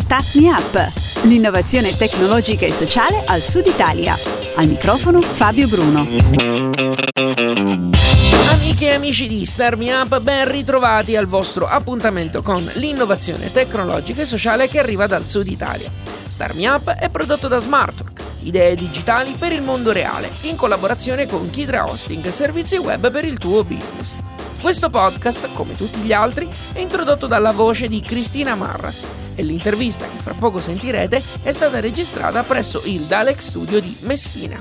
Start Me Up, l'innovazione tecnologica e sociale al Sud Italia. Al microfono Fabio Bruno. Amiche e amici di Start Me Up, ben ritrovati al vostro appuntamento con l'innovazione tecnologica e sociale che arriva dal Sud Italia. Start Me Up è prodotto da Smartwork, idee digitali per il mondo reale, in collaborazione con Kidra Hosting, servizi web per il tuo business. Questo podcast, come tutti gli altri, è introdotto dalla voce di Cristina Marras e l'intervista che fra poco sentirete è stata registrata presso il Dalek Studio di Messina.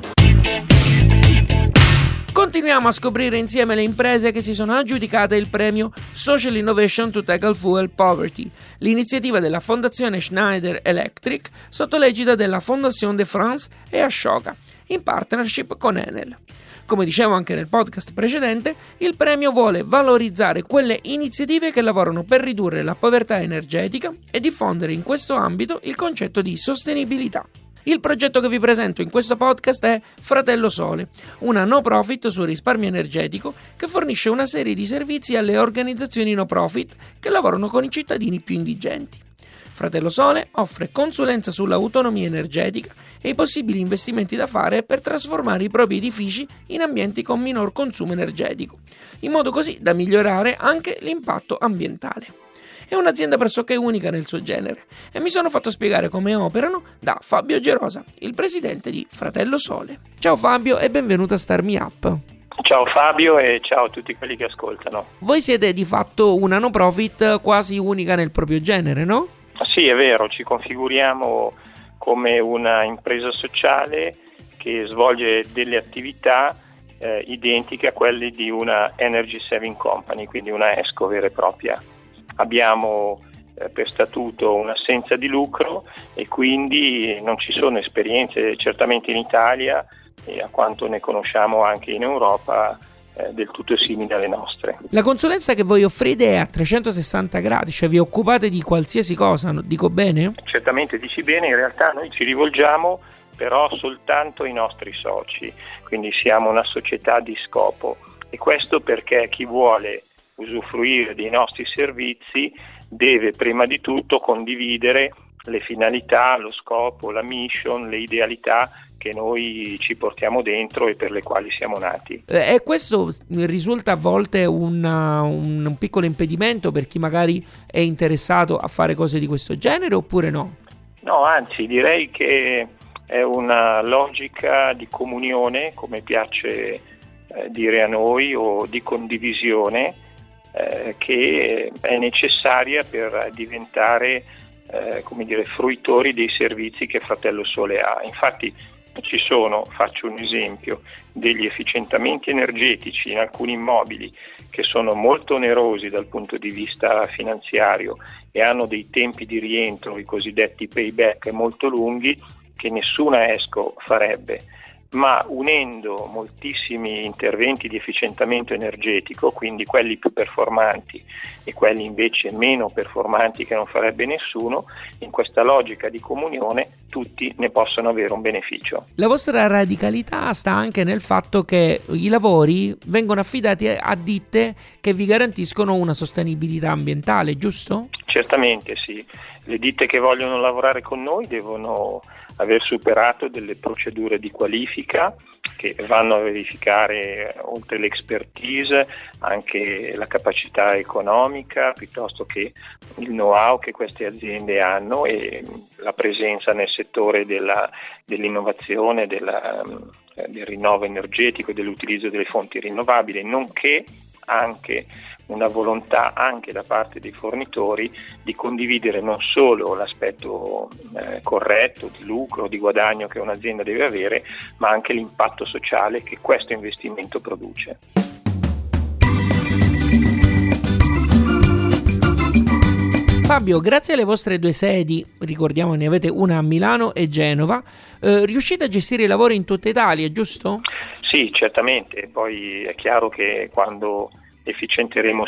Continuiamo a scoprire insieme le imprese che si sono aggiudicate il premio Social Innovation to Tackle Fuel Poverty, l'iniziativa della Fondazione Schneider Electric sotto l'egida della Fondation de France e Ashoka, in partnership con Enel. Come dicevo anche nel podcast precedente, il premio vuole valorizzare quelle iniziative che lavorano per ridurre la povertà energetica e diffondere in questo ambito il concetto di sostenibilità. Il progetto che vi presento in questo podcast è Fratello Sole, una no profit sul risparmio energetico che fornisce una serie di servizi alle organizzazioni no profit che lavorano con i cittadini più indigenti. Fratello Sole offre consulenza sull'autonomia energetica e i possibili investimenti da fare per trasformare i propri edifici in ambienti con minor consumo energetico, in modo così da migliorare anche l'impatto ambientale. È un'azienda pressoché unica nel suo genere e mi sono fatto spiegare come operano da Fabio Gerosa, il presidente di Fratello Sole. Ciao Fabio e benvenuto a Start Me Up. Ciao Fabio e ciao a tutti quelli che ascoltano. Voi siete di fatto una no profit quasi unica nel proprio genere, no? Sì, è vero, ci configuriamo come una impresa sociale che svolge delle attività identiche a quelle di una Energy Saving Company, quindi una ESCO vera e propria. Abbiamo per statuto un'assenza di lucro e quindi non ci sono esperienze certamente in Italia e a quanto ne conosciamo anche in Europa del tutto simili alle nostre. La consulenza che voi offrite è a 360 gradi, cioè vi occupate di qualsiasi cosa, dico bene? Certamente dici bene, in realtà noi ci rivolgiamo però soltanto ai nostri soci, quindi siamo una società di scopo e questo perché chi vuole usufruire dei nostri servizi deve prima di tutto condividere le finalità, lo scopo, la mission, le idealità che noi ci portiamo dentro e per le quali siamo nati. E questo risulta a volte un piccolo impedimento per chi magari è interessato a fare cose di questo genere oppure no? No, anzi direi che è una logica di comunione, come piace dire a noi, o di condivisione che è necessaria per diventare fruitori dei servizi che Fratello Sole ha. Infatti ci sono, faccio un esempio, degli efficientamenti energetici in alcuni immobili che sono molto onerosi dal punto di vista finanziario e hanno dei tempi di rientro, i cosiddetti payback, molto lunghi, che nessuna ESCO farebbe. Ma unendo moltissimi interventi di efficientamento energetico, quindi quelli più performanti e quelli invece meno performanti che non farebbe nessuno, in questa logica di comunione tutti ne possono avere un beneficio. La vostra radicalità sta anche nel fatto che i lavori vengono affidati a ditte che vi garantiscono una sostenibilità ambientale, giusto? Certamente sì. Le ditte che vogliono lavorare con noi devono aver superato delle procedure di qualifica che vanno a verificare, oltre l'expertise, anche la capacità economica piuttosto che il know-how che queste aziende hanno e la presenza nel settore dell'innovazione, del rinnovo energetico e dell'utilizzo delle fonti rinnovabili, nonché anche una volontà anche da parte dei fornitori di condividere non solo l'aspetto corretto di lucro, di guadagno che un'azienda deve avere, ma anche l'impatto sociale che questo investimento produce. Fabio, grazie alle vostre due sedi, ricordiamo ne avete una a Milano e Genova, riuscite a gestire i lavori in tutta Italia, giusto? Sì, certamente, poi è chiaro che quando efficienteremo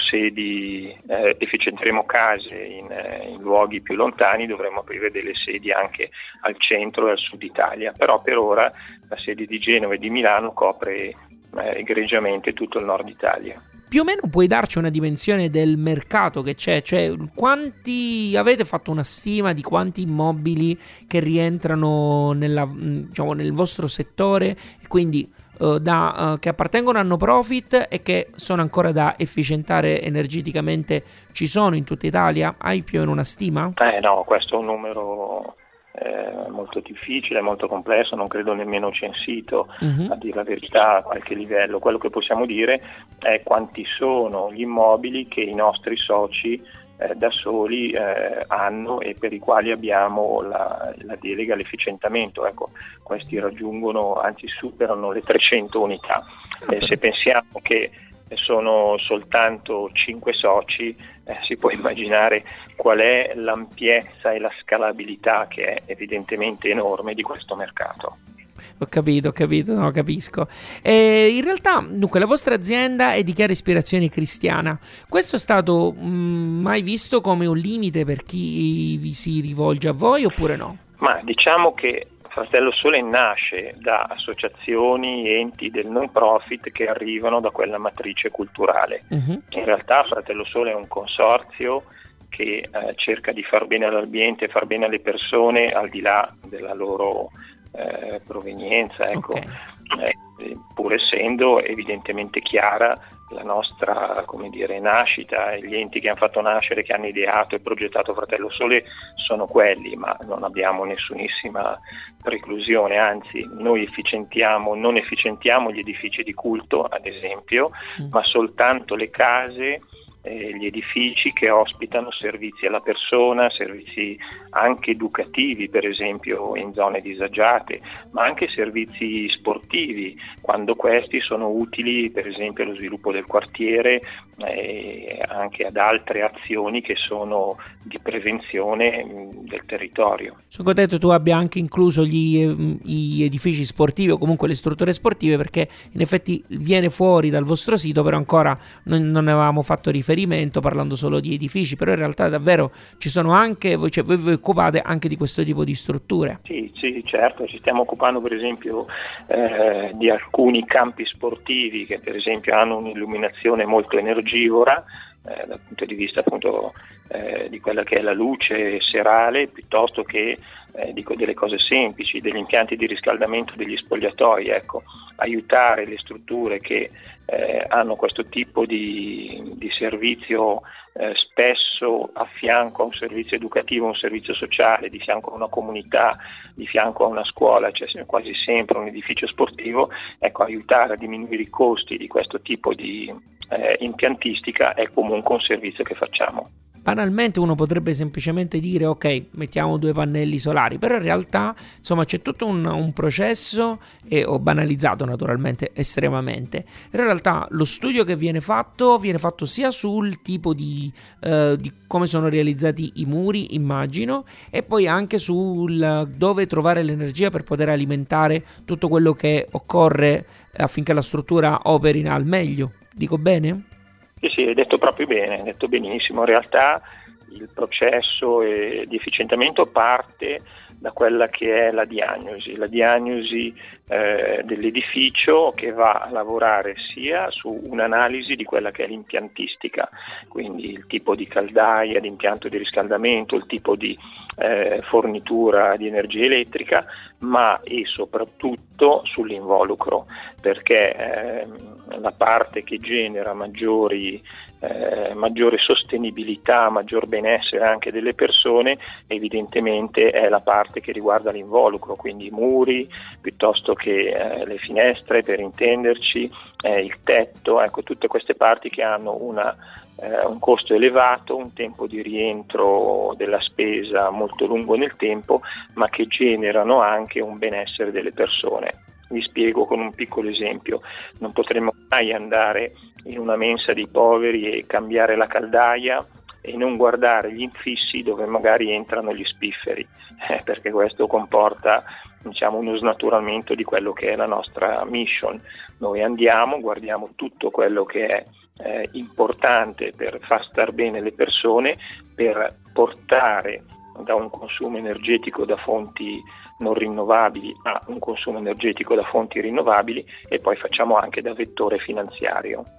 case in luoghi più lontani, dovremo aprire delle sedi anche al centro e al sud Italia, però per ora la sede di Genova e di Milano copre egregiamente tutto il nord Italia. più o meno puoi darci una dimensione del mercato che c'è? Cioè, quanti avete fatto una stima di quanti immobili che rientrano diciamo, nel vostro settore e quindi che appartengono a no profit e che sono ancora da efficientare energeticamente, ci sono in tutta Italia? Hai più o meno una stima? No, questo è un numero molto difficile, molto complesso, non credo nemmeno censito, a dire la verità, a qualche livello. Quello che possiamo dire è quanti sono gli immobili che i nostri soci da soli hanno e per i quali abbiamo la delega all'efficientamento. Ecco, questi raggiungono, anzi superano le 300 unità. Se pensiamo che sono soltanto 5 soci, si può immaginare qual è l'ampiezza e la scalabilità, che è evidentemente enorme, di questo mercato. Ho capito, no, capisco. In realtà, dunque, la vostra azienda è di chiara ispirazione cristiana. Questo è stato mai visto come un limite per chi vi si rivolge a voi oppure no? Ma diciamo che Fratello Sole nasce da associazioni e enti del non profit che arrivano da quella matrice culturale. In realtà Fratello Sole è un consorzio che cerca di far bene all'ambiente, far bene alle persone al di là della loro provenienza, ecco. Okay. Pur essendo evidentemente chiara la nostra, come dire, nascita, e gli enti che hanno fatto nascere, che hanno ideato e progettato Fratello Sole sono quelli, ma non abbiamo nessunissima preclusione, anzi noi non efficientiamo gli edifici di culto, ad esempio, ma soltanto le case, gli edifici che ospitano servizi alla persona, servizi anche educativi, per esempio in zone disagiate, ma anche servizi sportivi, quando questi sono utili per esempio allo sviluppo del quartiere e anche ad altre azioni che sono di prevenzione del territorio. Sono contento tu abbia anche incluso gli edifici sportivi o comunque le strutture sportive, perché in effetti viene fuori dal vostro sito, però ancora non avevamo fatto riferimento parlando solo di edifici, però in realtà davvero ci sono anche, voi vi occupate anche di questo tipo di strutture. Sì, certo, ci stiamo occupando per esempio di alcuni campi sportivi che per esempio hanno un'illuminazione molto energivora dal punto di vista appunto di quella che è la luce serale, piuttosto che delle cose semplici, degli impianti di riscaldamento degli spogliatoi, ecco, aiutare le strutture che hanno questo tipo di servizio spesso a fianco a un servizio educativo, un servizio sociale, di fianco a una comunità, di fianco a una scuola, cioè quasi sempre un edificio sportivo, ecco, aiutare a diminuire i costi di questo tipo di impiantistica è comunque un servizio che facciamo. Banalmente uno potrebbe semplicemente dire ok, mettiamo 2 pannelli solari, però in realtà insomma c'è tutto un processo, e ho banalizzato naturalmente estremamente. In realtà lo studio che viene fatto sia sul tipo di come sono realizzati i muri, immagino, e poi anche sul dove trovare l'energia per poter alimentare tutto quello che occorre affinché la struttura operi al meglio. Dico bene? Sì, hai detto proprio bene, hai detto benissimo. In realtà il processo di efficientamento parte da quella che è la diagnosi dell'edificio, che va a lavorare sia su un'analisi di quella che è l'impiantistica, quindi il tipo di caldaia, di impianto di riscaldamento, il tipo di fornitura di energia elettrica, ma e soprattutto sull'involucro, perché la parte che genera maggiore sostenibilità, maggior benessere anche delle persone, evidentemente è la parte che riguarda l'involucro, quindi i muri, piuttosto che le finestre, per intenderci, il tetto, ecco, tutte queste parti che hanno un costo elevato, un tempo di rientro della spesa molto lungo nel tempo, ma che generano anche un benessere delle persone. Vi spiego con un piccolo esempio: non potremmo mai andare in una mensa dei poveri e cambiare la caldaia e non guardare gli infissi dove magari entrano gli spifferi, perché questo comporta, diciamo, uno snaturamento di quello che è la nostra mission. Noi andiamo, guardiamo tutto quello che è importante per far star bene le persone, per portare da un consumo energetico da fonti non rinnovabili a un consumo energetico da fonti rinnovabili, e poi facciamo anche da vettore finanziario.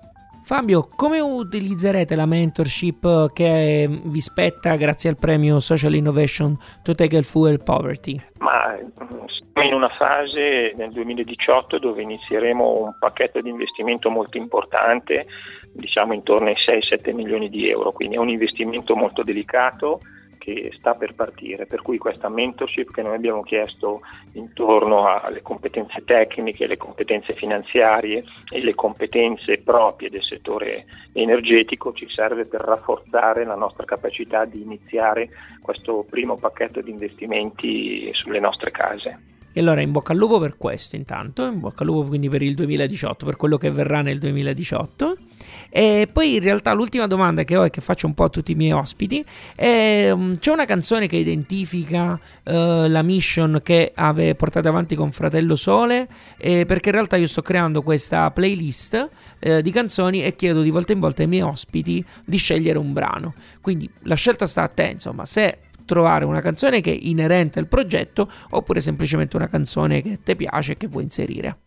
Fabio, come utilizzerete la mentorship che vi spetta grazie al premio Social Innovation to Tackle Fuel Poverty? Ma siamo in una fase nel 2018 dove inizieremo un pacchetto di investimento molto importante, diciamo intorno ai 6-7 milioni di euro, quindi è un investimento molto delicato che sta per partire, per cui questa mentorship che noi abbiamo chiesto intorno alle competenze tecniche, le competenze finanziarie e le competenze proprie del settore energetico ci serve per rafforzare la nostra capacità di iniziare questo primo pacchetto di investimenti sulle nostre case. E allora in bocca al lupo per questo, intanto, in bocca al lupo quindi per il 2018, per quello che verrà nel 2018. E poi in realtà l'ultima domanda che ho e che faccio un po' a tutti i miei ospiti è: c'è una canzone che identifica la mission che portate avanti con Fratello Sole? Perché in realtà io sto creando questa playlist di canzoni e chiedo di volta in volta ai miei ospiti di scegliere un brano, quindi la scelta sta a te, insomma, se trovare una canzone che è inerente al progetto oppure semplicemente una canzone che ti piace e che vuoi inserire.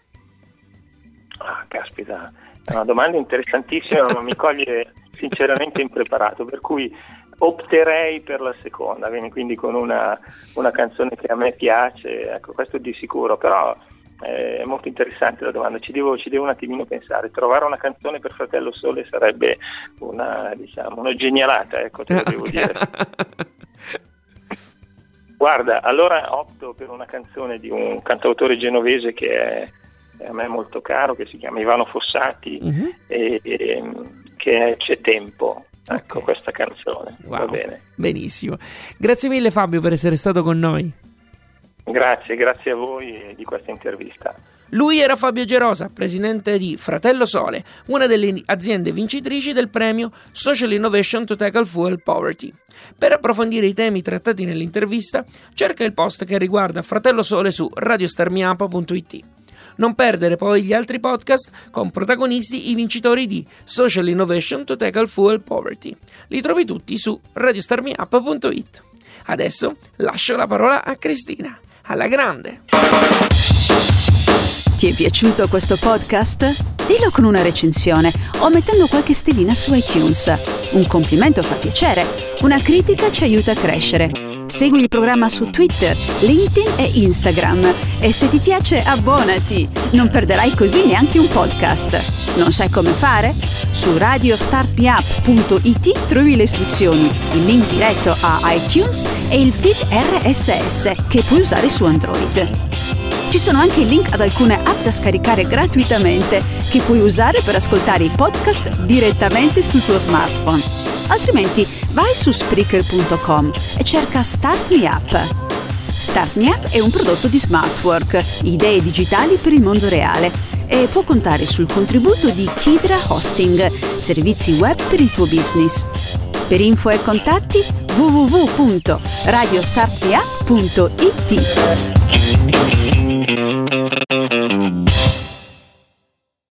Caspita, è una domanda interessantissima ma mi coglie sinceramente impreparato, per cui opterei per la seconda, quindi con una canzone che a me piace, ecco, questo di sicuro, però è molto interessante la domanda, ci devo un attimino pensare. Trovare una canzone per Fratello Sole sarebbe una genialata, ecco, te lo devo dire. Guarda, allora opto per una canzone di un cantautore genovese che è a me molto caro, che si chiama Ivano Fossati, e che è C'è tempo. Ecco, questa canzone. Wow. Va bene. Benissimo. Grazie mille Fabio per essere stato con noi. Grazie a voi di questa intervista. Lui era Fabio Gerosa, presidente di Fratello Sole, una delle aziende vincitrici del premio Social Innovation to Tackle Fuel Poverty. Per approfondire i temi trattati nell'intervista, cerca il post che riguarda Fratello Sole su radiostarmiup.it. Non perdere poi gli altri podcast con protagonisti i vincitori di Social Innovation to Tackle Fuel Poverty. Li trovi tutti su radiostarmiup.it. Adesso lascio la parola a Cristina. Alla grande! Ti è piaciuto questo podcast? Dillo con una recensione o mettendo qualche stellina su iTunes. Un complimento fa piacere, una critica ci aiuta a crescere. Segui il programma su Twitter, LinkedIn e Instagram e se ti piace abbonati, non perderai così neanche un podcast. Non sai come fare? Su radiostartmeup.it trovi le istruzioni, il link diretto a iTunes e il feed RSS che puoi usare su Android. Ci sono anche i link ad alcune app da scaricare gratuitamente che puoi usare per ascoltare i podcast direttamente sul tuo smartphone. Altrimenti vai su Spreaker.com e cerca Start Me Up. Start Me Up è un prodotto di Smartwork, idee digitali per il mondo reale, e può contare sul contributo di Kidra Hosting, servizi web per il tuo business. Per info e contatti www.radiostartmeup.it.